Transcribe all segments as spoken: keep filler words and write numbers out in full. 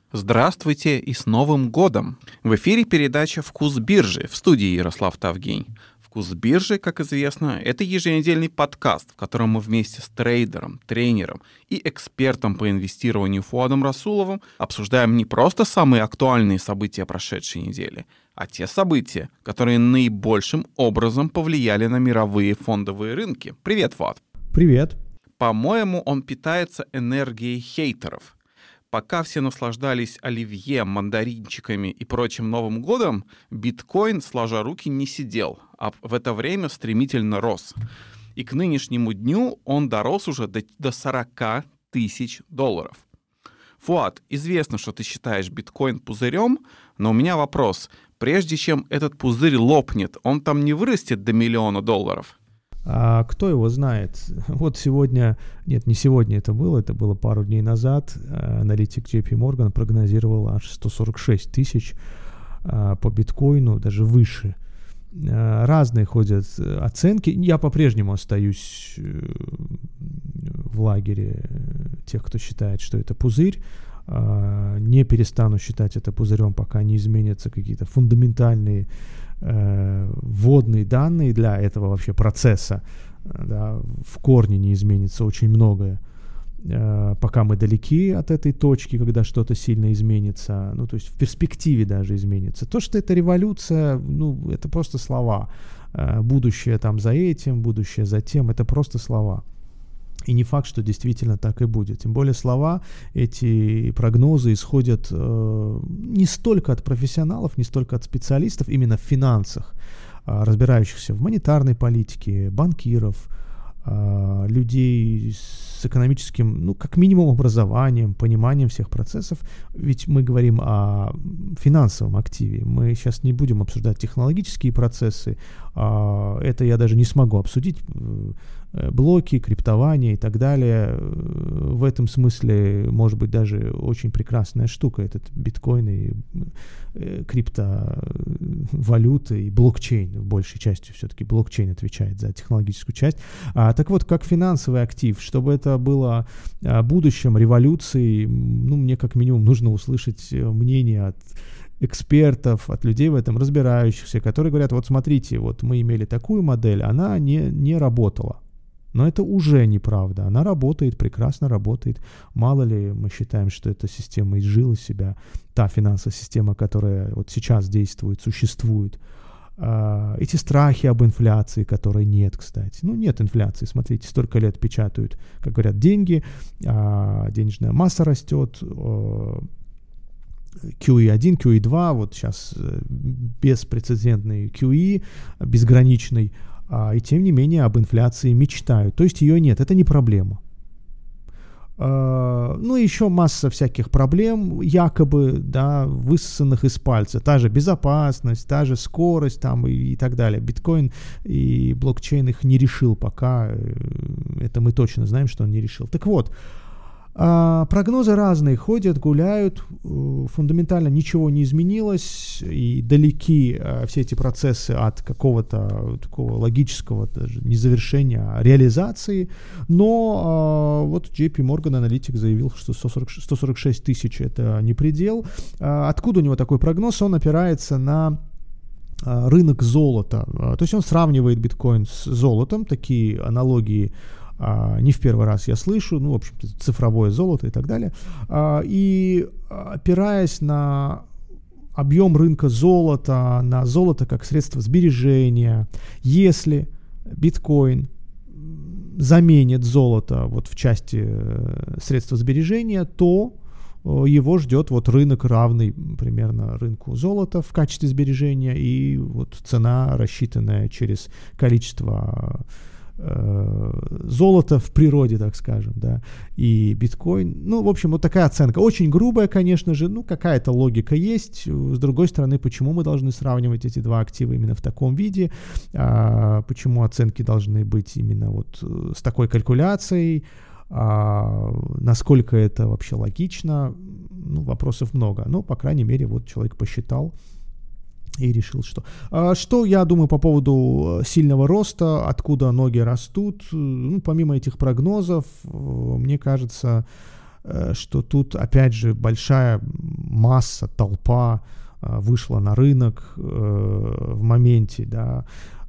Здравствуйте и с Новым годом! В эфире передача «Вкус биржи», в студии Ярослав Тавгень. «Вкус биржи», как известно, это еженедельный подкаст, в котором мы вместе с трейдером, тренером и экспертом по инвестированию Фуадом Расуловым обсуждаем не просто самые актуальные события прошедшей недели, а те события, которые наибольшим образом повлияли на мировые фондовые рынки. Привет, Фуад! Привет! По-моему, он питается энергией хейтеров. Пока все наслаждались оливье, мандаринчиками и прочим Новым годом, биткоин, сложа руки, не сидел, а в это время стремительно рос. И к нынешнему дню он дорос уже до, до сорок тысяч долларов. Фуад, известно, что ты считаешь биткоин пузырем, но у меня вопрос. Прежде чем этот пузырь лопнет, он там не вырастет до миллиона долларов? А кто его знает? Вот сегодня, нет, не сегодня это было, это было пару дней назад, аналитик джей пи Morgan прогнозировал аж сто сорок шесть тысяч по биткоину, даже выше. Разные ходят оценки. Я по-прежнему остаюсь в лагере тех, кто считает, что это пузырь. Не перестану считать это пузырем, пока не изменятся какие-то фундаментальные э, вводные данные для этого вообще процесса. Да, в корне не изменится очень многое. Э, пока мы далеки от этой точки, когда что-то сильно изменится, ну то есть в перспективе даже изменится. То, что это революция, ну это просто слова. Э, будущее там за этим, будущее за тем, это просто слова. И не факт, что действительно так и будет. Тем более слова, эти прогнозы исходят э, не столько от профессионалов, не столько от специалистов именно в финансах, э, разбирающихся в монетарной политике, банкиров, э, людей с экономическим, ну, как минимум, образованием, пониманием всех процессов. Ведь мы говорим о финансовом активе. Мы сейчас не будем обсуждать технологические процессы. Э, это я даже не смогу обсудить. Блоки, криптование и так далее. В этом смысле, может быть, даже очень прекрасная штука, этот биткоин и криптовалюты и блокчейн. В большей части все-таки блокчейн отвечает за технологическую часть. А, так вот, как финансовый актив, чтобы это было будущим революцией, ну, мне как минимум нужно услышать мнение от экспертов, от людей в этом разбирающихся, которые говорят, вот смотрите, вот мы имели такую модель, она не, не работала. Но это уже неправда. Она работает, прекрасно работает. Мало ли мы считаем, что эта система изжила себя, та финансовая система, которая вот сейчас действует, существует. А, эти страхи об инфляции, которой нет, кстати. Ну, нет инфляции. Смотрите, столько лет печатают, как говорят, деньги, а, денежная масса растет, а, кью и один, кью и два, вот сейчас беспрецедентный кью и, безграничный, а, и тем не менее об инфляции мечтают. То есть ее нет, это не проблема. А, ну и еще масса всяких проблем, якобы, да, высосанных из пальца. Та же безопасность, та же скорость там и, и так далее. Биткоин и блокчейн их не решил пока. Это мы точно знаем, что он не решил. Так вот, А, прогнозы разные, ходят, гуляют, фундаментально ничего не изменилось, и далеки а, все эти процессы от какого-то такого логического даже не завершения, а реализации. Но а, вот джей пи Morgan аналитик заявил, что сто сорок шесть тысяч это не предел. А, откуда у него такой прогноз? Он опирается на а, рынок золота. А, то есть он сравнивает биткоин с золотом, такие аналогии Uh, не в первый раз я слышу, ну, в общем-то, цифровое золото и так далее. Uh, и опираясь на объем рынка золота, на золото как средство сбережения, если биткоин заменит золото вот в части средства сбережения, то его ждет вот рынок, равный примерно рынку золота в качестве сбережения, и вот цена, рассчитанная через количество золото в природе, так скажем, да, и биткоин. Ну, в общем, вот такая оценка. Очень грубая, конечно же, ну, какая-то логика есть. С другой стороны, почему мы должны сравнивать эти два актива именно в таком виде? А, почему оценки должны быть именно вот с такой калькуляцией? А, насколько это вообще логично? Ну, вопросов много. Ну, по крайней мере, вот человек посчитал и решил, что... А, что я думаю по поводу сильного роста, откуда ноги растут? Ну, помимо этих прогнозов, мне кажется, что тут, опять же, большая масса, толпа вышла на рынок в моменте, да,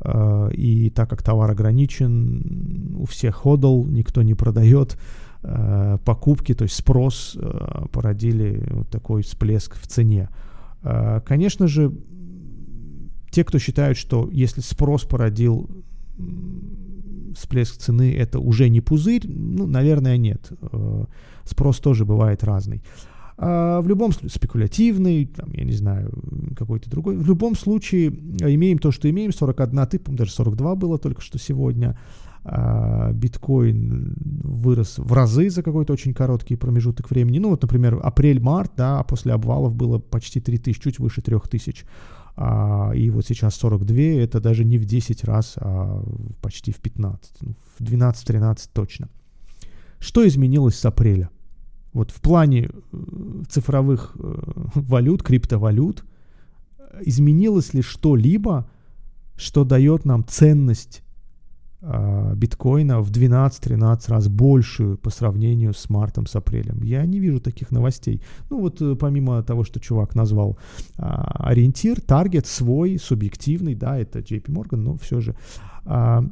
и так как товар ограничен, у всех ходл, никто не продает, покупки, то есть спрос породили вот такой всплеск в цене. Конечно же, те, кто считают, что если спрос породил всплеск цены, это уже не пузырь, ну, наверное, нет. Спрос тоже бывает разный. А в любом случае, спекулятивный, там, я не знаю, какой-то другой. В любом случае, имеем то, что имеем. сорок одна, ты, по-моему, даже сорок два было только что сегодня. А биткоин вырос в разы за какой-то очень короткий промежуток времени. Ну, вот, например, апрель-март, да, а после обвалов было почти три тысячи, чуть выше трех тысяч. А, и вот сейчас сорок два, это даже не в десять раз, а почти в пятнадцать. Ну, в двенадцать-тринадцать точно. Что изменилось с апреля? Вот в плане цифровых валют, криптовалют, изменилось ли что-либо, что дает нам ценность э, биткоина в двенадцать-тринадцать раз большую по сравнению с мартом, с апрелем? Я не вижу таких новостей. Ну вот помимо того, что чувак назвал э, ориентир, таргет свой, субъективный, да, это джей пи Morgan, но все же... Э,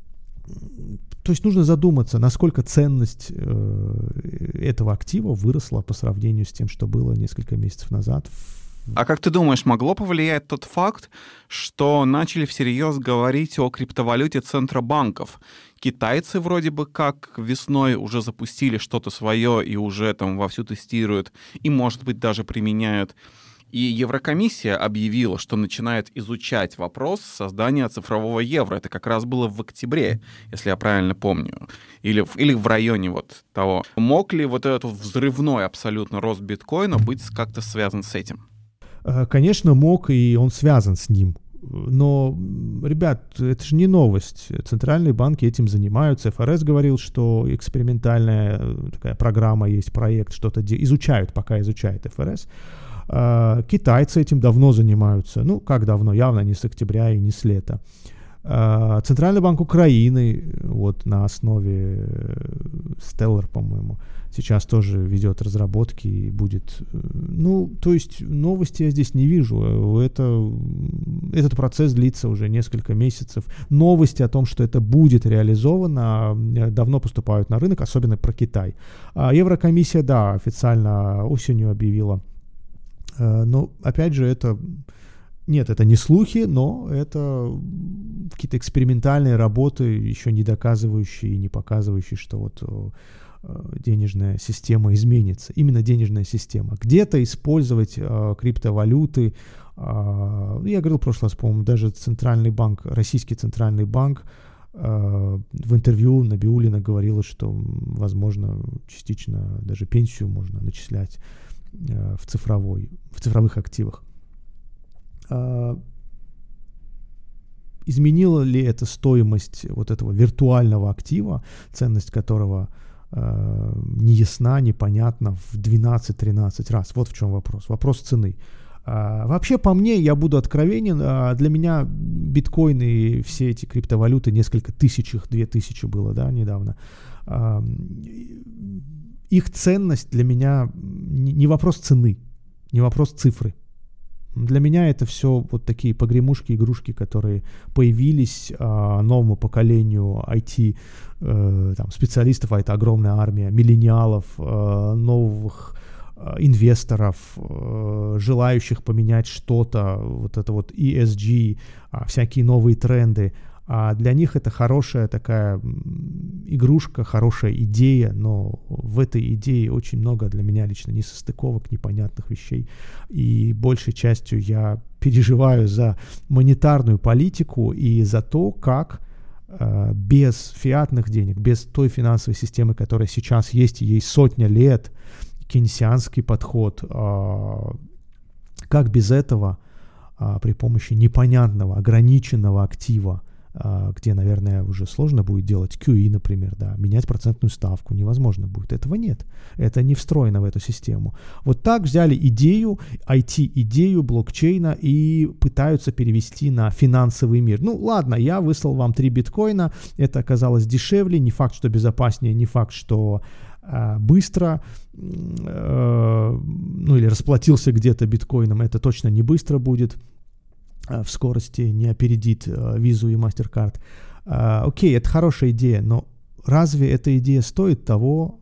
То есть нужно задуматься, насколько ценность э, этого актива выросла по сравнению с тем, что было несколько месяцев назад. А как ты думаешь, могло повлиять тот факт, что начали всерьез говорить о криптовалюте центробанков? Китайцы вроде бы как весной уже запустили что-то свое и уже там вовсю тестируют, и, может быть, даже применяют. И Еврокомиссия объявила, что начинает изучать вопрос создания цифрового евро. Это как раз было в октябре, если я правильно помню. Или, или в районе вот того. Мог ли вот этот взрывной абсолютно рост биткоина быть как-то связан с этим? Конечно, мог, и он связан с ним. Но, ребят, это же не новость. Центральные банки этим занимаются. эф эр эс говорил, что экспериментальная такая программа есть, проект, что-то де- изучают, пока изучает эф эр эс. Китайцы этим давно занимаются. Ну, как давно? Явно не с октября и не с лета. Центральный банк Украины вот на основе Stellar, по-моему, сейчас тоже ведет разработки и будет... Ну, то есть новости я здесь не вижу. Это, этот процесс длится уже несколько месяцев. Новости о том, что это будет реализовано, давно поступают на рынок, особенно про Китай. Еврокомиссия, да, официально осенью объявила. Но, опять же, это... Нет, это не слухи, но это какие-то экспериментальные работы, еще не доказывающие и не показывающие, что вот денежная система изменится. Именно денежная система. Где-то использовать э, криптовалюты. Э, я говорил в прошлый раз, по-моему, даже Центральный банк, Российский Центральный банк э, в интервью Набиуллина говорила, что, возможно, частично даже пенсию можно начислять э, в, цифровой, в цифровых активах. Изменила ли это стоимость вот этого виртуального актива, ценность которого э, не ясна, непонятна в двенадцать-тринадцать раз? Вот в чем вопрос. Вопрос цены. А, вообще, по мне, я буду откровенен, а для меня биткоин и все эти криптовалюты, несколько тысяч их, две тысячи было, да, недавно, а, их ценность для меня не, не вопрос цены, не вопрос цифры. Для меня это все вот такие погремушки, игрушки, которые появились а, новому поколению ай ти э, там, специалистов, а это огромная армия, миллениалов, э, новых э, инвесторов, э, желающих поменять что-то, вот это вот и эс джи, а, всякие новые тренды. А для них это хорошая такая игрушка, хорошая идея, но в этой идее очень много для меня лично несостыковок, непонятных вещей. И большей частью я переживаю за монетарную политику и за то, как э, без фиатных денег, без той финансовой системы, которая сейчас есть, ей сотня лет, кейнсианский подход, э, как без этого э, при помощи непонятного, ограниченного актива, где, наверное, уже сложно будет делать кью и, например, да, менять процентную ставку невозможно будет. Этого нет. Это не встроено в эту систему. Вот так взяли идею, ай ти-идею блокчейна и пытаются перевести на финансовый мир. Ну, ладно, я выслал вам три биткоина, это оказалось дешевле, не факт, что безопаснее, не факт, что быстро, ну или расплатился где-то биткоином, это точно не быстро будет, в скорости не опередит Visa и MasterCard. Окей, это хорошая идея, но разве эта идея стоит того,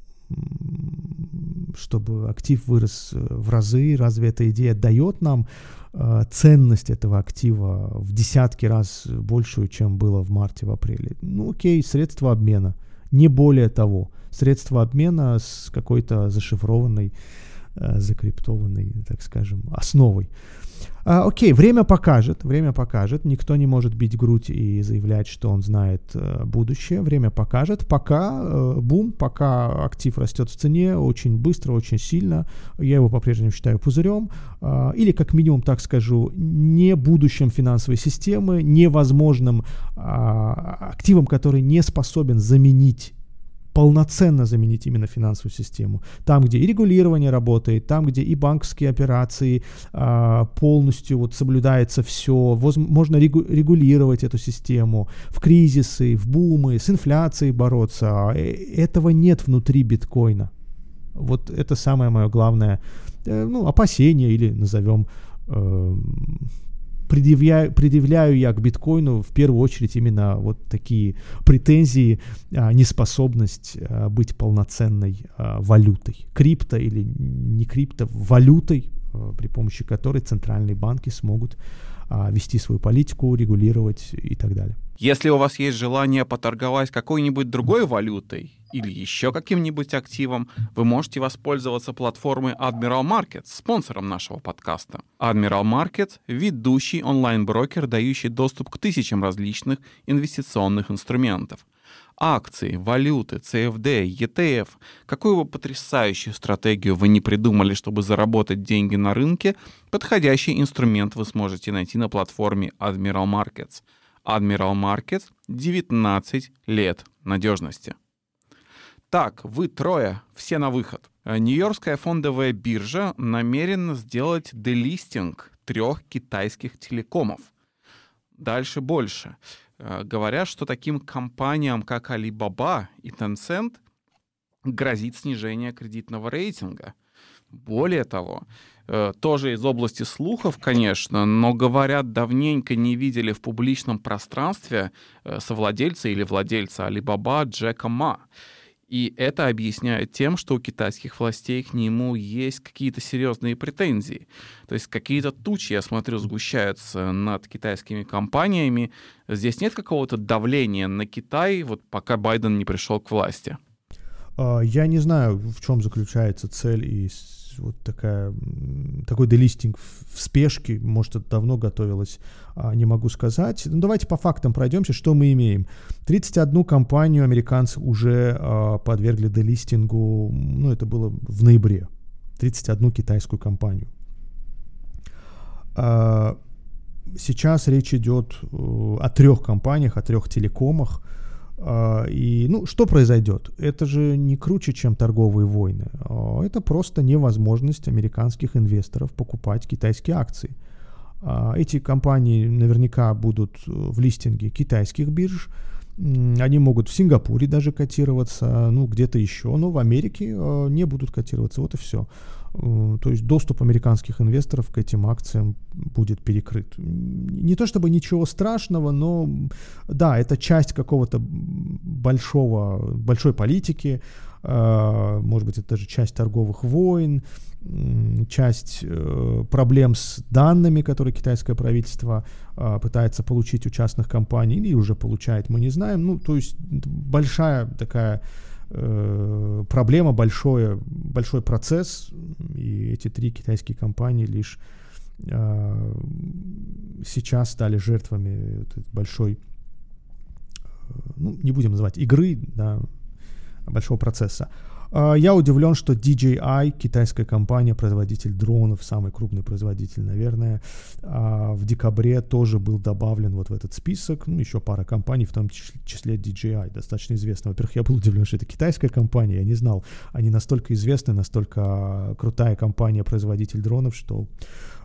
чтобы актив вырос в разы? Разве эта идея дает нам ценность этого актива в десятки раз большую, чем было в марте, в апреле? Ну окей, средства обмена, не более того. Средства обмена с какой-то зашифрованной, закриптованной, так скажем, основой. А, окей, время покажет, время покажет. Никто не может бить грудь и заявлять, что он знает э, будущее. Время покажет. Пока э, бум, пока актив растет в цене очень быстро, очень сильно. Я его по-прежнему считаю пузырем. Э, или, как минимум, так скажу, не будущим финансовой системы, невозможным э, активом, который не способен заменить полноценно заменить именно финансовую систему. Там, где и регулирование работает, там, где и банковские операции а, полностью вот соблюдается все, воз, можно регу, регулировать эту систему в кризисы, в бумы, с инфляцией бороться. Этого нет внутри биткоина. Вот это самое мое главное, э, ну, опасение, или назовем э, Предъявляю, предъявляю я к биткоину в первую очередь именно вот такие претензии, а, неспособность а, быть полноценной а, валютой. Крипто или не крипто, валютой, а, при помощи которой центральные банки смогут а, вести свою политику, регулировать и так далее. Если у вас есть желание поторговать какой-нибудь другой валютой или еще каким-нибудь активом, вы можете воспользоваться платформой Admiral Markets, спонсором нашего подкаста. Admiral Markets — ведущий онлайн-брокер, дающий доступ к тысячам различных инвестиционных инструментов. Акции, валюты, си эф ди, и ти эф. Какую бы потрясающую стратегию вы не придумали, чтобы заработать деньги на рынке, подходящий инструмент вы сможете найти на платформе Admiral Markets. Admiral Markets — девятнадцать лет надежности. Так, вы трое, все на выход. Нью-Йоркская фондовая биржа намерена сделать делистинг трех китайских телекомов. Дальше больше. Говорят, что таким компаниям, как Alibaba и Tencent, грозит снижение кредитного рейтинга. Более того, тоже из области слухов, конечно, но, говорят, давненько не видели в публичном пространстве совладельца или владельца Alibaba Джека Ма. И это объясняет тем, что у китайских властей к нему есть какие-то серьезные претензии. То есть какие-то тучи, я смотрю, сгущаются над китайскими компаниями. Здесь нет какого-то давления на Китай, вот пока Байден не пришел к власти. Я не знаю, в чем заключается цель и вот такая, такой делистинг в спешке, может, это давно готовилось, не могу сказать. Ну, давайте по фактам пройдемся, что мы имеем. тридцать одну компанию американцы уже подвергли делистингу, ну, это было в ноябре, тридцать одну китайскую компанию. Сейчас речь идет о трех компаниях, о трех телекомах. И, ну, что произойдет? Это же не круче, чем торговые войны. Это просто невозможность американских инвесторов покупать китайские акции. Эти компании наверняка будут в листинге китайских бирж. Они могут в Сингапуре даже котироваться, ну, где-то еще, но в Америке не будут котироваться. Вот и все. То есть доступ американских инвесторов к этим акциям будет перекрыт. Не то чтобы ничего страшного, но да, это часть какого-то большого, большой политики, может быть, это даже часть торговых войн, часть проблем с данными, которые китайское правительство пытается получить у частных компаний или уже получает, мы не знаем. Ну, то есть большая такая проблема, большой, большой процесс, и эти три китайские компании лишь э, сейчас стали жертвами большой, ну, не будем называть игры, да, большого процесса. Uh, я удивлен, что ди джей ай, китайская компания, производитель дронов, самый крупный производитель, наверное, uh, в декабре тоже был добавлен вот в этот список. Ну, еще пара компаний, в том числе ди джей ай, достаточно известна. Во-первых, я был удивлен, что это китайская компания, я не знал. Они настолько известны, настолько крутая компания, производитель дронов, что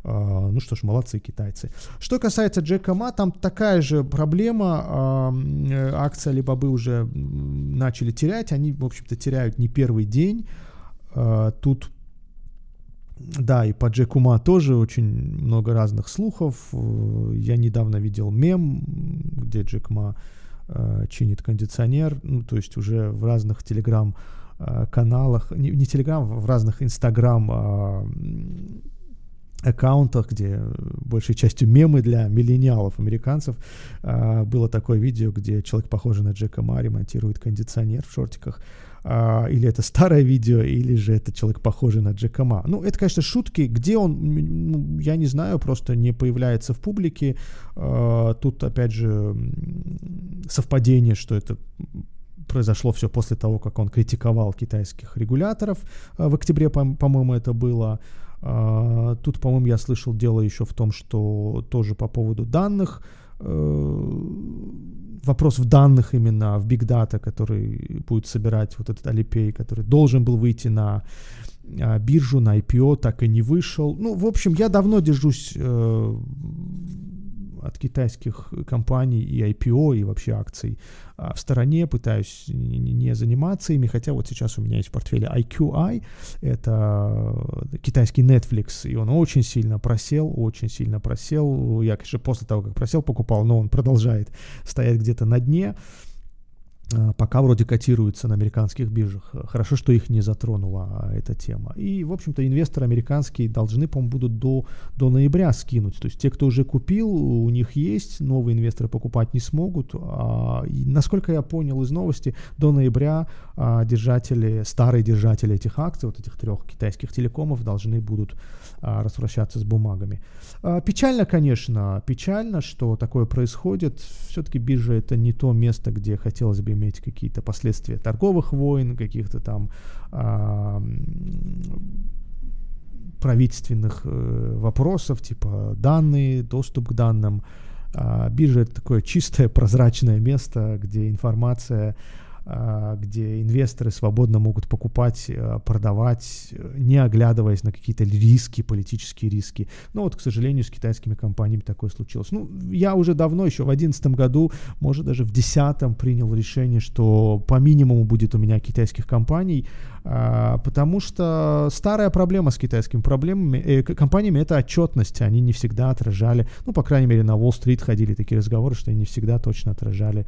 Ну что ж, молодцы китайцы. Что касается Джека Ма, там такая же проблема. Акции Alibaba уже начали терять. Они, в общем-то, теряют не первый день. Тут, да, и по Джеку Ма тоже очень много разных слухов. Я недавно видел мем, где Джек Ма чинит кондиционер. Ну, то есть уже в разных телеграм-каналах, не, не телеграм, в разных инстаграм аккаунтах, где большей частью мемы для миллениалов, американцев, было такое видео, где человек, похожий на Джека Ма, ремонтирует кондиционер в шортиках. Или это старое видео, или же это человек, похожий на Джека Ма. Ну, это, конечно, шутки. Где он, я не знаю, просто не появляется в публике. Тут, опять же, совпадение, что это произошло все после того, как он критиковал китайских регуляторов. В октябре, по-моему, это было. Uh, тут, по-моему, я слышал дело еще в том, что тоже по поводу данных, uh, вопрос в данных именно, в Big Data, который будет собирать вот этот Alipay, который должен был выйти на uh, биржу, на ай пи о, так и не вышел. Ну, в общем, я давно держусь uh, от китайских компаний и ай пи о, и вообще акций в стороне, пытаюсь не заниматься ими, хотя вот сейчас у меня есть в портфеле ай кью ай, это китайский Netflix, и он очень сильно просел, очень сильно просел. Я, конечно, после того, как просел, покупал, но он продолжает стоять где-то на дне, пока вроде котируется на американских биржах. Хорошо, что их не затронула эта тема. И, в общем-то, инвесторы американские должны, по-моему, будут до, до ноября скинуть. То есть те, кто уже купил, у них есть, новые инвесторы покупать не смогут. А, и, насколько я понял из новости, до ноября а, держатели, старые держатели этих акций, вот этих трех китайских телекомов, должны будут а, распрощаться с бумагами. А, печально, конечно, печально, что такое происходит. Все-таки биржа — это не то место, где хотелось бы иметь какие-то последствия торговых войн, каких-то там а, правительственных э, вопросов, типа данные, доступ к данным. А, биржа — это такое чистое, прозрачное место, где информация, а, где инвесторы свободно могут покупать, а, продавать, не оглядываясь на какие-то риски, политические риски. Но вот, к сожалению, с китайскими компаниями такое случилось. Ну, я уже давно, еще в две тысячи одиннадцатом году, может, даже в две тысячи десятом принял решение, что по минимуму будет у меня китайских компаний, а, потому что старая проблема с китайскими проблемами, э, компаниями — это отчетность. Они не всегда отражали, ну, по крайней мере, на Уолл-стрит ходили такие разговоры, что они не всегда точно отражали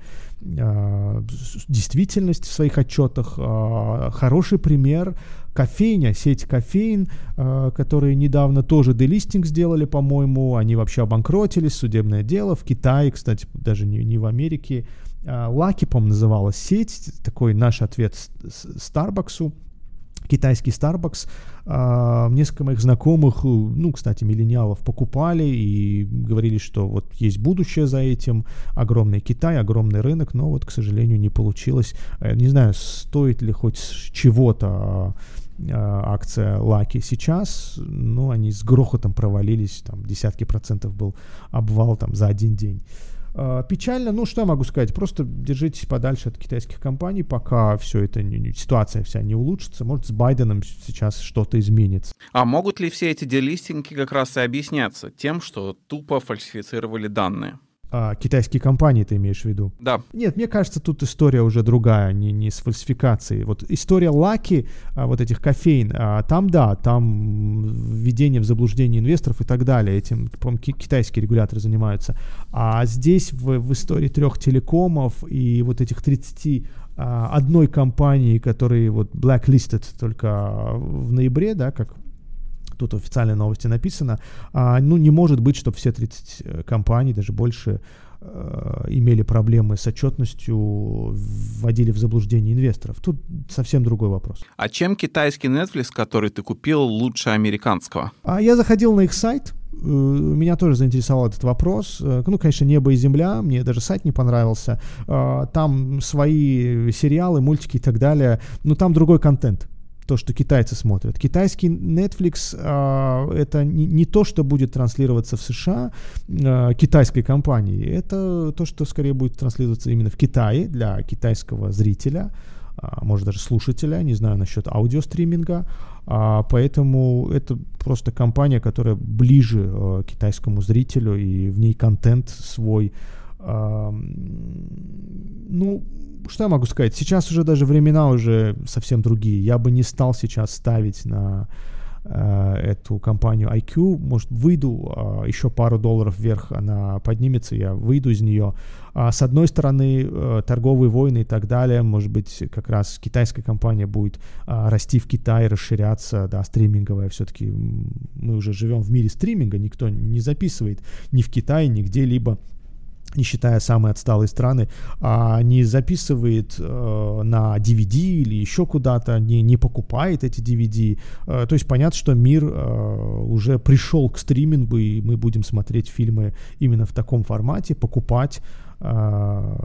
а, действительность в своих отчетах. А, хороший пример — кофейня, сеть кофеин, а, которые недавно тоже делистинг сделали, по-моему. Они вообще обанкротились, судебное дело в Китае, кстати, даже не, не в Америке. Lucky, по-моему, называлась сеть, такой наш ответ Старбаксу. Китайский Starbucks. А, несколько моих знакомых, ну, кстати, миллениалов, покупали и говорили, что вот есть будущее за этим, огромный Китай, огромный рынок, но вот, к сожалению, не получилось. Не знаю, стоит ли хоть чего-то акция Lucky сейчас, но они с грохотом провалились, там десятки процентов был обвал там за один день. Печально, ну что я могу сказать, просто держитесь подальше от китайских компаний, пока все это, ситуация вся не улучшится, может с Байденом сейчас что-то изменится. А могут ли все эти делистинги как раз и объясняться тем, что тупо фальсифицировали данные? А, китайские компании ты имеешь в виду? Да. Нет, мне кажется, тут история уже другая, не, не с фальсификацией. Вот история Lucky, а, вот этих кофеин, а, там да, там введение в заблуждение инвесторов и так далее. Этим, по-моему, китайские регуляторы занимаются. А здесь в, в истории трех телекомов и вот этих тридцати одной компании, которые вот blacklisted только в ноябре, да, как тут в официальной новости написано, а, ну, не может быть, чтобы все тридцать компаний, даже больше, э, имели проблемы с отчетностью, вводили в заблуждение инвесторов. Тут совсем другой вопрос. А чем китайский Netflix, который ты купил, лучше американского? А я заходил на их сайт, меня тоже заинтересовал этот вопрос. Ну, конечно, небо и земля, мне даже сайт не понравился. Там свои сериалы, мультики и так далее, но там другой контент. То, что китайцы смотрят. Китайский Netflix а, это не, не то, что будет транслироваться в США а, китайской компании. Это то, что скорее будет транслироваться именно в Китае для китайского зрителя. может даже слушателя, не знаю насчет аудиостриминга, поэтому это просто компания, которая ближе к китайскому зрителю, и в ней контент свой. Ну, что я могу сказать? Сейчас уже даже времена уже совсем другие. Я бы не стал сейчас ставить на эту компанию ай кью, может, выйду, еще пару долларов вверх она поднимется, я выйду из нее. С одной стороны, торговые войны и так далее, может быть, как раз китайская компания будет расти в Китае, расширяться, да, стриминговая, все-таки мы уже живем в мире стриминга, никто не записывает ни в Китае, ни где-либо, не считая самые отсталые страны, а не записывает э, на ди ви ди или еще куда-то, не, не покупает эти ди ви ди. Э, то есть понятно, что мир э, уже пришел к стримингу, и мы будем смотреть фильмы именно в таком формате, покупать э,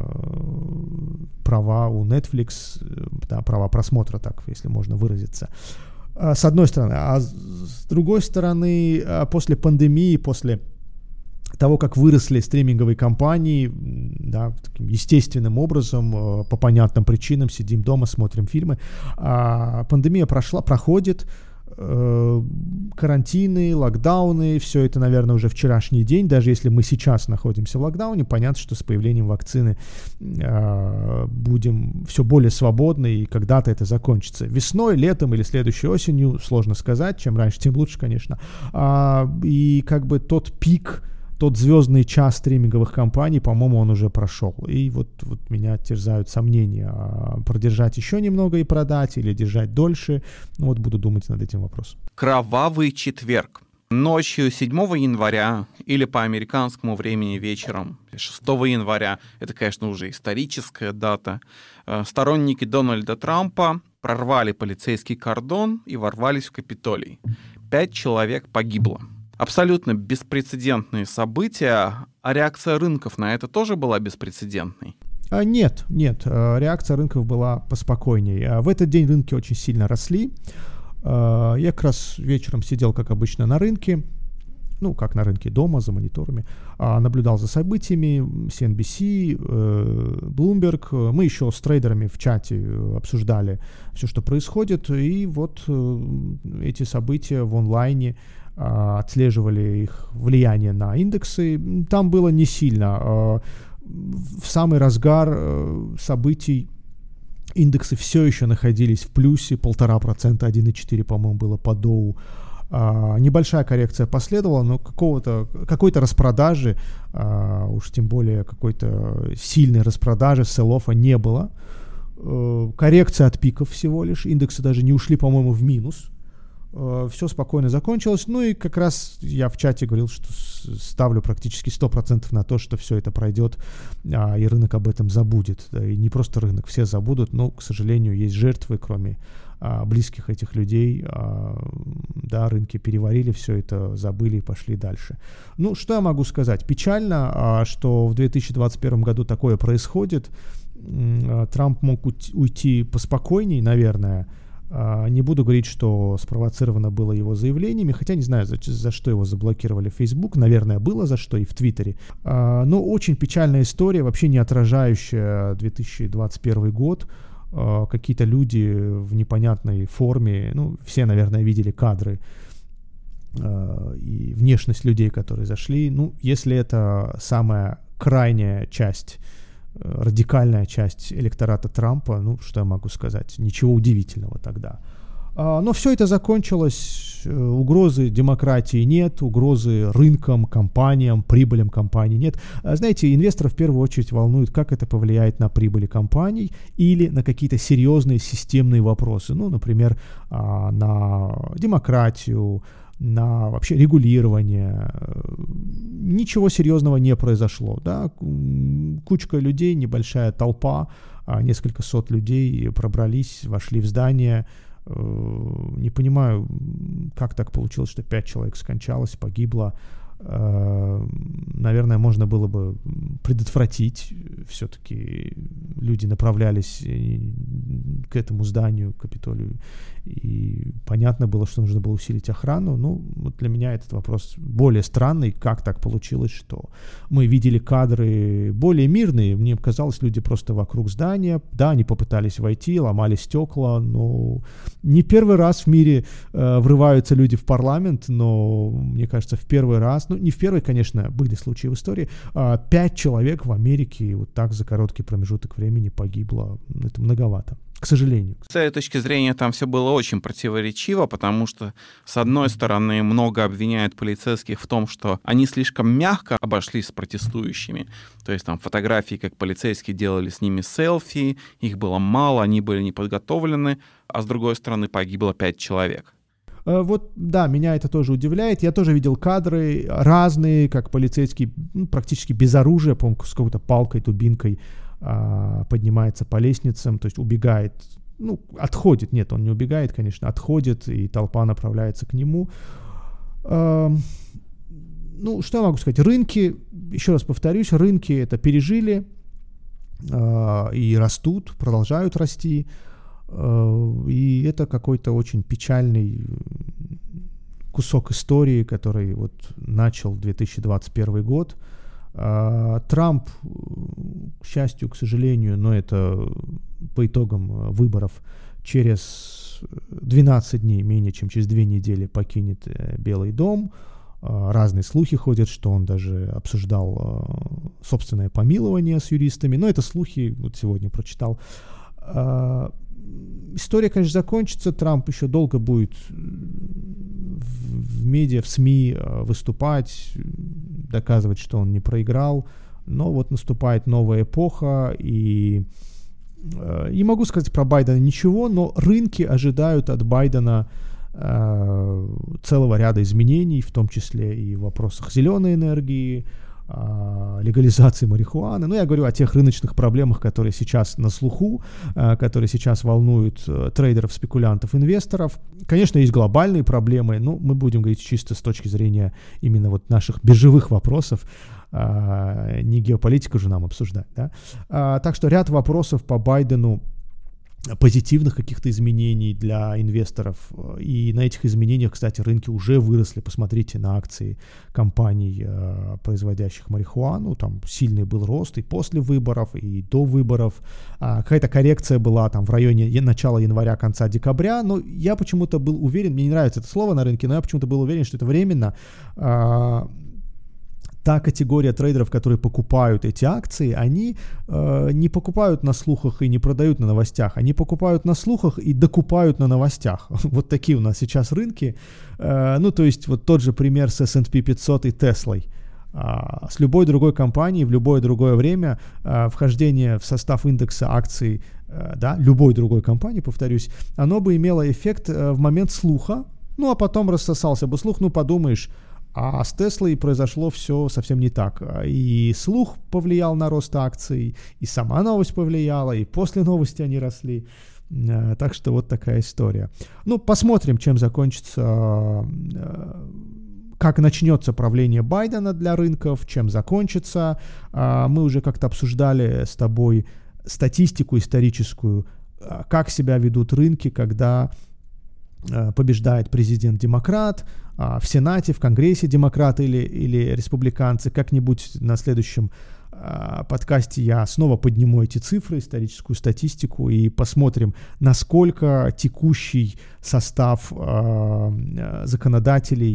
права у Netflix, да, права просмотра, так, если можно выразиться. С одной стороны. А с другой стороны, после пандемии, после того, как выросли стриминговые компании, да, таким естественным образом, по понятным причинам, сидим дома, смотрим фильмы. А пандемия прошла, проходит, э, карантины, локдауны, все это, наверное, уже вчерашний день. Даже если мы сейчас находимся в локдауне, понятно, что с появлением вакцины э, будем все более свободны, и когда-то это закончится. Весной, летом или следующей осенью, сложно сказать, чем раньше, тем лучше, конечно. А, и как бы тот пик, тот звездный час стриминговых компаний, по-моему, он уже прошел. И вот, вот меня терзают сомнения, а продержать еще немного и продать, или держать дольше. Ну вот буду думать над этим вопросом. Кровавый четверг. Ночью седьмого января или по американскому времени вечером шестого января, это, конечно, уже историческая дата, сторонники Дональда Трампа прорвали полицейский кордон и ворвались в Капитолий. Пять человек погибло. Абсолютно беспрецедентные события, а реакция рынков на это тоже была беспрецедентной? А, нет, нет, реакция рынков была поспокойнее. В этот день рынки очень сильно росли. Я как раз вечером сидел, как обычно, на рынке, ну, как на рынке дома, за мониторами, наблюдал за событиями, си эн би си, Bloomberg. Мы еще с трейдерами в чате обсуждали все, что происходит, и вот эти события в онлайне, отслеживали их влияние на индексы. Там было не сильно. В самый разгар событий индексы все еще находились в плюсе, полтора процента, один и четыре, по-моему, было по Доу. Небольшая коррекция последовала, но какого-то, какой-то распродажи, уж тем более какой-то сильной распродажи, селл-оффа не было. Коррекция от пиков всего лишь. Индексы даже не ушли, по-моему, в минус. Все спокойно закончилось. Ну и как раз я в чате говорил, что ставлю практически сто процентов на то, что все это пройдет, а, и рынок об этом забудет. Да, и не просто рынок, все забудут, но, к сожалению, есть жертвы, кроме а, близких этих людей. А, да, рынки переварили все это, забыли и пошли дальше. Ну, что я могу сказать? Печально, а, что в две тысячи двадцать первом году такое происходит. А, Трамп мог уйти поспокойней, наверное. Не буду говорить, что спровоцировано было его заявлениями, хотя не знаю, за, за что его заблокировали в Facebook, наверное, было за что и в Твиттере. Но очень печальная история, вообще не отражающая две тысячи двадцать первый год. Какие-то люди в непонятной форме, ну, все, наверное, видели кадры и внешность людей, которые зашли. Ну, если это самая крайняя часть, радикальная часть электората Трампа, ну, что я могу сказать, ничего удивительного тогда. А, но все это закончилось, угрозы демократии нет, угрозы рынкам, компаниям, прибылям компаний нет. А, знаете, инвесторов в первую очередь волнует, как это повлияет на прибыли компаний или на какие-то серьезные системные вопросы, ну, например, а, на демократию, на вообще регулирование. Ничего серьезного не произошло. Да? Кучка людей, небольшая толпа, несколько сот людей пробрались, вошли в здание. Не понимаю, как так получилось, что пять человек скончалось, погибло. наверное, можно было бы предотвратить. Все-таки люди направлялись к этому зданию, к Капитолию, и понятно было, что нужно было усилить охрану. Ну, вот для меня этот вопрос более странный. Как так получилось, что мы видели кадры более мирные? Мне казалось, люди просто вокруг здания. Да, они попытались войти, ломали стекла, но не первый раз в мире э, врываются люди в парламент, но, мне кажется, в первый раз, ну, не в первый, конечно, были случаи в истории, а пять человек в Америке вот так за короткий промежуток времени погибло. Это многовато, к сожалению. С этой точки зрения там все было очень противоречиво, потому что, с одной стороны, много обвиняют полицейских в том, что они слишком мягко обошлись с протестующими. То есть там фотографии, как полицейские делали с ними селфи, их было мало, они были неподготовлены, а с другой стороны, погибло пять человек. Вот, да, меня это тоже удивляет. Я тоже видел кадры разные, как полицейский, ну, практически без оружия, по-моему, с какой-то палкой, дубинкой а, поднимается по лестницам, то есть убегает, ну, отходит, нет, он не убегает, конечно, отходит, и толпа направляется к нему. А, ну, что я могу сказать? Рынки, еще раз повторюсь, рынки это пережили а, и растут, продолжают расти. И это какой-то очень печальный кусок истории, который вот начал две тысячи двадцать первый год. Трамп, к счастью, к сожалению, но это по итогам выборов, через двенадцать дней, менее чем через две недели, покинет Белый дом. Разные слухи ходят, что он даже обсуждал собственное помилование с юристами. Но это слухи, вот сегодня прочитал. История, конечно, закончится. Трамп еще долго будет в медиа, в СМИ выступать, доказывать, что он не проиграл. Но вот наступает новая эпоха, и не могу сказать про Байдена ничего, но рынки ожидают от Байдена э, целого ряда изменений, в том числе и в вопросах зеленой энергии, легализации марихуаны. Ну, я говорю о тех рыночных проблемах, которые сейчас на слуху, которые сейчас волнуют трейдеров, спекулянтов, инвесторов. Конечно, есть глобальные проблемы, но мы будем говорить чисто с точки зрения именно вот наших биржевых вопросов, не геополитику же нам обсуждать, да? Так что ряд вопросов по Байдену, позитивных каких-то изменений для инвесторов. И на этих изменениях, кстати, рынки уже выросли. Посмотрите на акции компаний, э, производящих марихуану. Там сильный был рост и после выборов, и до выборов. А какая-то коррекция была там в районе начала января, конца декабря. Но я почему-то был уверен, мне не нравится это слово на рынке, но я почему-то был уверен, что это временно. Э, Та категория трейдеров, которые покупают эти акции, они э, не покупают на слухах и не продают на новостях. Они покупают на слухах и докупают на новостях. Вот такие у нас сейчас рынки. Э, ну, то есть вот тот же пример с эс энд пи пятьсот и Теслой. А с любой другой компанией в любое другое время а, вхождение в состав индекса акций, а, да, любой другой компании, повторюсь, оно бы имело эффект а, в момент слуха, ну, а потом рассосался бы слух, ну, подумаешь, а с Теслой произошло все совсем не так. И слух повлиял на рост акций, и сама новость повлияла, и после новости они росли. Так что вот такая история. Ну, посмотрим, чем закончится, как начнется правление Байдена для рынков, чем закончится. Мы уже как-то обсуждали с тобой статистику историческую, как себя ведут рынки, когда побеждает президент-демократ, в Сенате, в Конгрессе демократы или, или республиканцы. Как-нибудь на следующем подкасте я снова подниму эти цифры, историческую статистику, и посмотрим, насколько текущий состав законодателей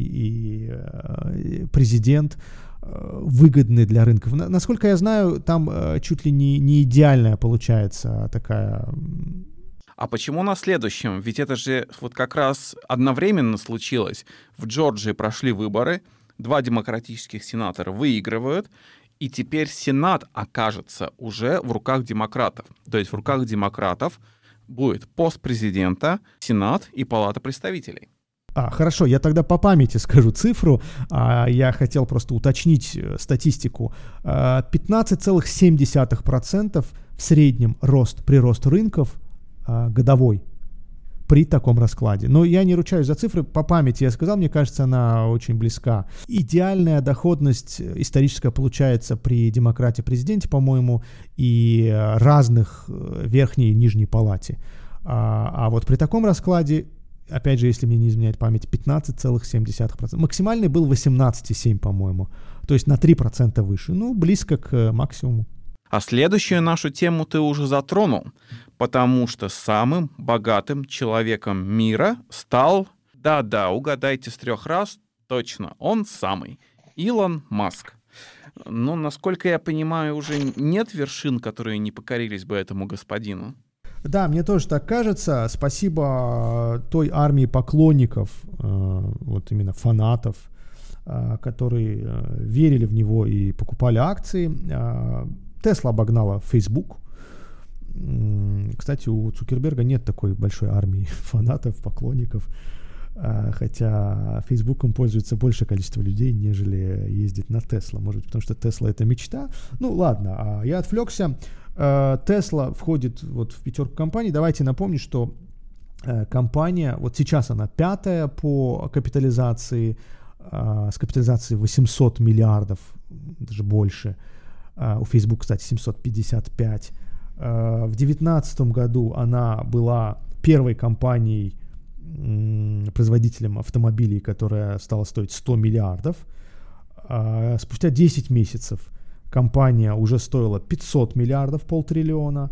и президент выгодны для рынков. Насколько я знаю, там чуть ли не, не идеальная получается такая... А почему на следующем? Ведь это же вот как раз одновременно случилось. В Джорджии прошли выборы, два демократических сенатора выигрывают, и теперь Сенат окажется уже в руках демократов. То есть в руках демократов будет пост президента, Сенат и Палата представителей. А, хорошо, я тогда по памяти скажу цифру. А, я хотел просто уточнить статистику. А, пятнадцать целых семь десятых процента в среднем рост, прирост рынков годовой. при таком раскладе. Но я не ручаюсь за цифры, по памяти я сказал, мне кажется, она очень близка. Идеальная доходность историческая получается при демократе-президенте, по-моему, и разных верхней и нижней палате. А, а вот при таком раскладе, опять же, если мне не изменяет память, пятнадцать целых семь десятых процента. Максимальный был восемнадцать целых семь десятых процента, по-моему. То есть на три процента выше. Ну, близко к максимуму. А следующую нашу тему ты уже затронул, потому что самым богатым человеком мира стал, да-да, угадайте с трех раз, точно, он самый, Илон Маск. Но, насколько я понимаю, уже нет вершин, которые не покорились бы этому господину. Да, мне тоже так кажется. Спасибо той армии поклонников, вот именно фанатов, которые верили в него и покупали акции. Тесла обогнала Facebook. Кстати, у Цукерберга нет такой большой армии фанатов, поклонников, хотя Фейсбуком пользуется большее количество людей, нежели ездит на Тесла. Может быть, потому что Тесла — это мечта. Ну, ладно, я отвлекся. Тесла входит вот в пятерку компаний. Давайте напомню, что компания, вот сейчас она пятая по капитализации, с капитализацией восемьсот миллиардов, даже больше. У Facebook, кстати, семьсот пятьдесят пять. В две тысячи девятнадцатом году она была первой компанией, производителем автомобилей, которая стала стоить сто миллиардов. Спустя десять месяцев компания уже стоила пятьсот миллиардов, полтриллиона.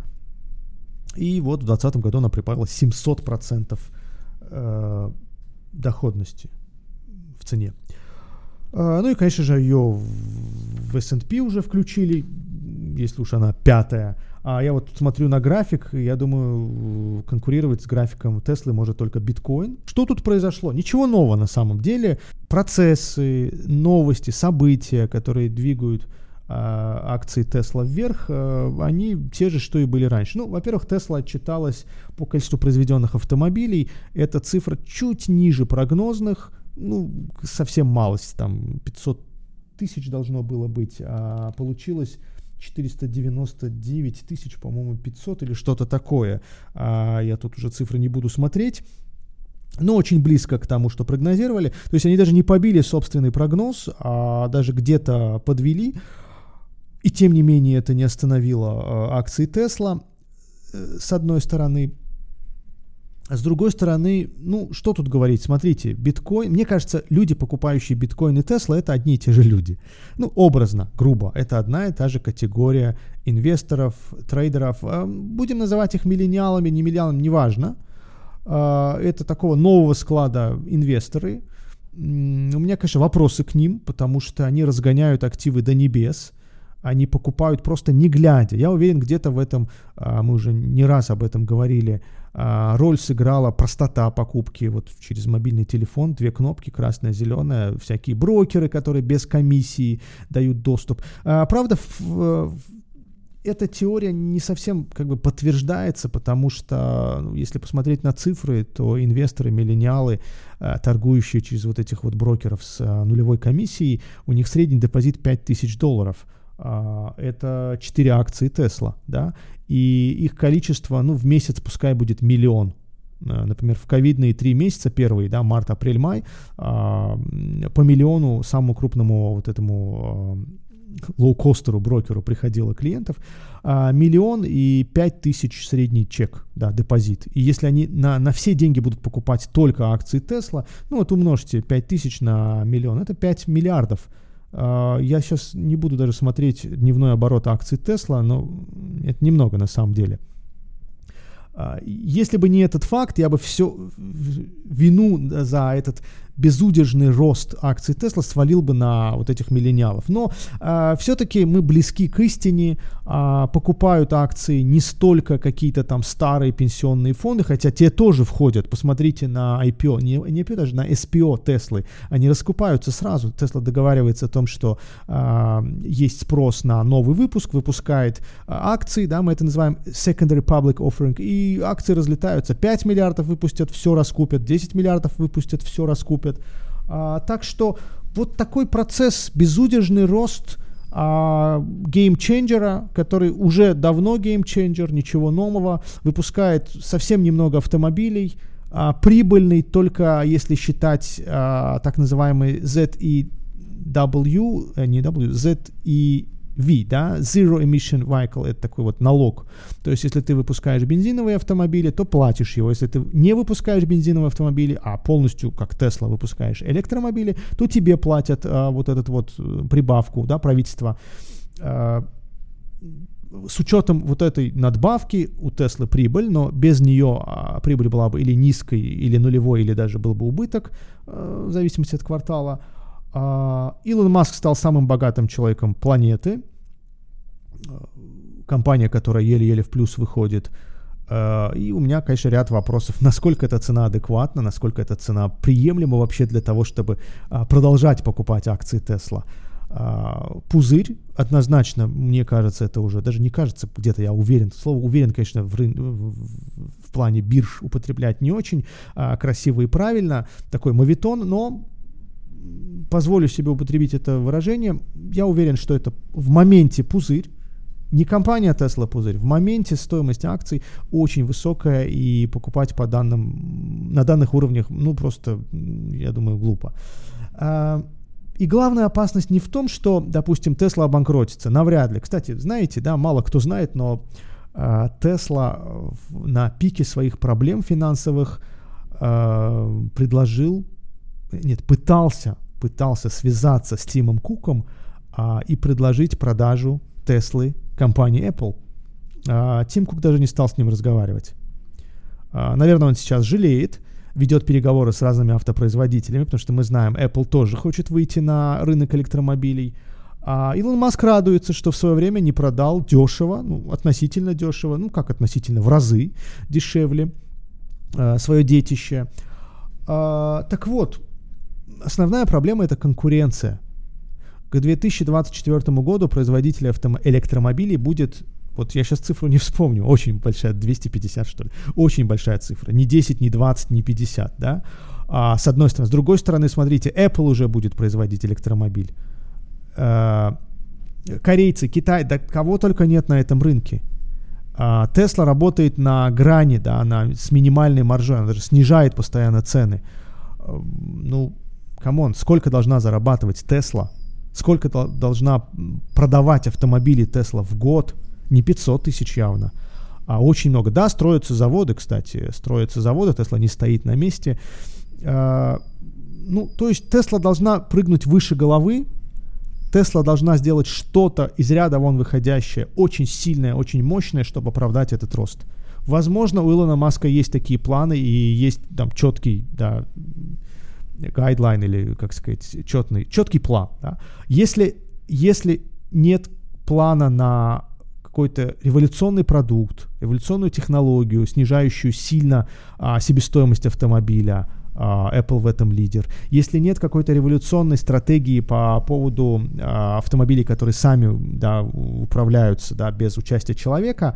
И вот в двадцатом году она прибавила семьсот процентов доходности в цене. Ну и, конечно же, ее в эс энд пи уже включили, если уж она пятая. А я вот смотрю на график, и я думаю, конкурировать с графиком Теслы может только биткоин. Что тут произошло? Ничего нового на самом деле. Процессы, новости, события, которые двигают а, акции Тесла вверх, а, они те же, что и были раньше. Ну, во-первых, Тесла отчиталась по количеству произведенных автомобилей. Эта цифра чуть ниже прогнозных. Ну, совсем малость, там пятьсот тысяч должно было быть, а получилось четыреста девяносто девять тысяч, по-моему, пятьсот или что-то такое. А я тут уже цифры не буду смотреть, но очень близко к тому, что прогнозировали. То есть они даже не побили собственный прогноз, а даже где-то подвели. И тем не менее это не остановило акции Тесла, с одной стороны. С другой стороны, ну, что тут говорить? Смотрите, биткоин... Мне кажется, люди, покупающие биткоин и Тесла, это одни и те же люди. Ну, образно, грубо. Это одна и та же категория инвесторов, трейдеров. Будем называть их миллениалами, не миллениалами, неважно. Это такого нового склада инвесторы. У меня, конечно, вопросы к ним, потому что они разгоняют активы до небес. Они покупают просто не глядя. Я уверен, где-то в этом, мы уже не раз об этом говорили, роль сыграла простота покупки вот через мобильный телефон, две кнопки, красная, зеленая, всякие брокеры, которые без комиссии дают доступ. Правда, эта теория не совсем как бы подтверждается, потому что, ну, если посмотреть на цифры, то инвесторы, миллениалы, торгующие через вот этих вот брокеров с нулевой комиссией, у них средний депозит пять тысяч долларов. Это четыре акции Тесла, да, и их количество, ну, в месяц пускай будет миллион. Например, в ковидные три месяца, первые, да, март, апрель, май, по миллиону самому крупному вот этому лоукостеру, брокеру приходило клиентов, миллион и пять тысяч средний чек, да, депозит. И если они на, на все деньги будут покупать только акции Тесла, ну, вот умножьте пять тысяч на миллион, это пять миллиардов. Я сейчас не буду даже смотреть дневной оборот акций Тесла, но это немного на самом деле. Если бы не этот факт, я бы все вину за этот безудержный рост акций Тесла свалил бы на вот этих миллениалов. Но э, все-таки мы близки к истине. Э, покупают акции не столько какие-то там старые пенсионные фонды, хотя те тоже входят. Посмотрите на ай пи о, не, не ай пи о, даже на эс пи о Теслы. Они раскупаются сразу. Тесла договаривается о том, что э, есть спрос на новый выпуск, выпускает э, акции, да, мы это называем secondary public offering, и акции разлетаются. пять миллиардов выпустят, все раскупят, десять миллиардов выпустят, все раскупят. А, так что вот такой процесс, безудержный рост а, геймченджера, который уже давно геймченджер, ничего нового, выпускает совсем немного автомобилей, а, прибыльный только если считать а, так называемый зет и дабл ю, э, не W, зет и ви, да, Zero Emission Vehicle, это такой вот налог. То есть, если ты выпускаешь бензиновые автомобили, то платишь его. Если ты не выпускаешь бензиновые автомобили, а полностью, как Tesla, выпускаешь электромобили, то тебе платят а, вот этот вот прибавку, да, правительство. А, с учетом вот этой надбавки у Теслы прибыль, но без нее а, прибыль была бы или низкой, или нулевой, или даже был бы убыток, а, в зависимости от квартала. Uh, Илон Маск стал самым богатым человеком планеты. Uh, компания, которая еле-еле в плюс выходит. Uh, и у меня, конечно, ряд вопросов, насколько эта цена адекватна, насколько эта цена приемлема вообще для того, чтобы uh, продолжать покупать акции Tesla. Uh, пузырь, однозначно, мне кажется, это уже, даже не кажется, где-то я уверен. Слово уверен, конечно, в, рын... в, в плане бирж употреблять не очень uh, красиво и правильно. Такой моветон, но позволю себе употребить это выражение. Я уверен, что это в моменте пузырь. Не компания Tesla пузырь. В моменте стоимость акций очень высокая, и покупать по данным, на данных уровнях, ну, просто, я думаю, глупо. И главная опасность не в том, что, допустим, Tesla обанкротится. Навряд ли. Кстати, знаете, да, мало кто знает, но Tesla на пике своих проблем финансовых предложил Нет, пытался, пытался связаться с Тимом Куком а, и предложить продажу Теслы компании Apple. А, Тим Кук даже не стал с ним разговаривать. А, наверное, он сейчас жалеет, ведет переговоры с разными автопроизводителями, потому что мы знаем, Apple тоже хочет выйти на рынок электромобилей. А Илон Маск радуется, что в свое время не продал дешево, ну, относительно дешево, ну, как относительно, в разы дешевле а, свое детище. А, так вот, основная проблема — это конкуренция. К две тысячи двадцать четвёртому году производителей автом... электромобилей будет, вот я сейчас цифру не вспомню, очень большая, двести пятьдесят, что ли, очень большая цифра, не десять, не двадцать, не пятьдесят, да, а, с одной стороны. С другой стороны, смотрите, Apple уже будет производить электромобиль. А, корейцы, Китай, да кого только нет на этом рынке. А, Tesla работает на грани, да, она с минимальной маржой, она даже снижает постоянно цены. А, ну, камон, сколько должна зарабатывать Tesla? Сколько должна продавать автомобили Tesla в год? Не пятьсот тысяч явно, а очень много. Да, строятся заводы, кстати, строятся заводы, Tesla не стоит на месте. А, ну, то есть Tesla должна прыгнуть выше головы, Tesla должна сделать что-то из ряда вон выходящее, очень сильное, очень мощное, чтобы оправдать этот рост. Возможно, у Илона Маска есть такие планы и есть там четкий, да, гайдлайн или, как сказать, четный, четкий план. Да? Если, если нет плана на какой-то революционный продукт, революционную технологию, снижающую сильно а, себестоимость автомобиля, а, Apple в этом лидер. Если нет какой-то революционной стратегии по поводу а, автомобилей, которые сами, да, управляются, да, без участия человека,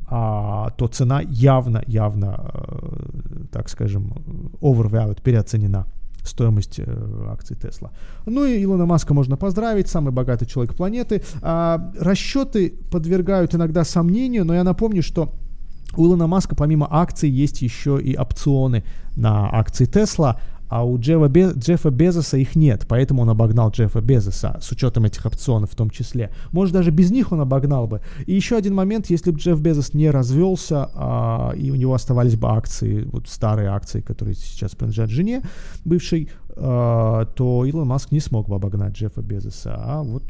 а, то цена явно, явно, а, так скажем, overvalued, переоценена. Стоимость э, акций Tesla. Ну и Илона Маска можно поздравить, самый богатый человек планеты. А, расчеты подвергают иногда сомнению, но я напомню, что у Илона Маска помимо акций есть еще и опционы на акции Tesla, а у Джеффа, Бе- Джеффа Безоса их нет, поэтому он обогнал Джеффа Безоса с учетом этих опционов в том числе. Может, даже без них он обогнал бы. И еще один момент, если бы Джефф Безос не развелся, а, и у него оставались бы акции, вот старые акции, которые сейчас принадлежат жене бывшей, а, то Илон Маск не смог бы обогнать Джеффа Безоса. А вот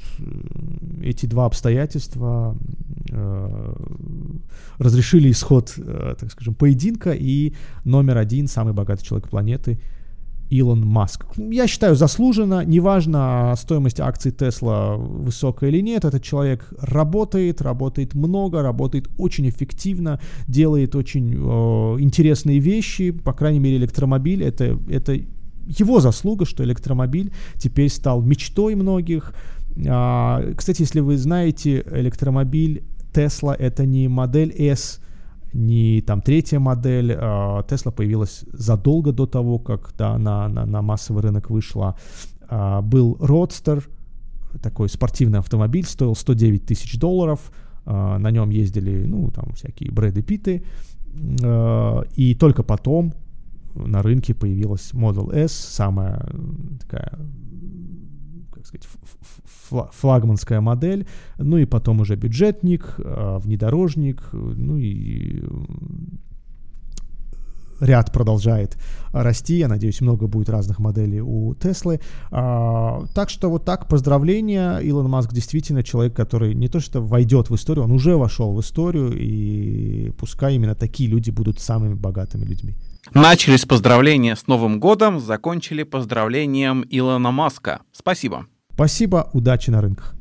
эти два обстоятельства а, разрешили исход, а, так скажем, поединка, и номер один, самый богатый человек планеты, Илон Маск. Я считаю, заслуженно, неважно, стоимость акций Tesla высокая или нет, этот человек работает, работает много, работает очень эффективно, делает очень э, интересные вещи, по крайней мере, электромобиль, это, это его заслуга, что электромобиль теперь стал мечтой многих. А, кстати, если вы знаете, электромобиль Tesla — это не модель S, не там третья модель. Tesla появилась задолго до того, как, да, на, на, на массовый рынок вышла. А, был Roadster, такой спортивный автомобиль, стоил сто девять тысяч долларов. А, на нем ездили, ну, там всякие Брэды Питты. А, и только потом на рынке появилась Model S, самая такая, как сказать, флагманская модель, ну и потом уже бюджетник, внедорожник, ну и ряд продолжает расти. Я надеюсь, много будет разных моделей у Теслы. А, так что вот так, поздравления. Илон Маск действительно человек, который не то что войдет в историю, он уже вошел в историю, и пускай именно такие люди будут самыми богатыми людьми. Начали с поздравления с Новым годом, закончили поздравлением Илона Маска. Спасибо. Спасибо, удачи на рынках.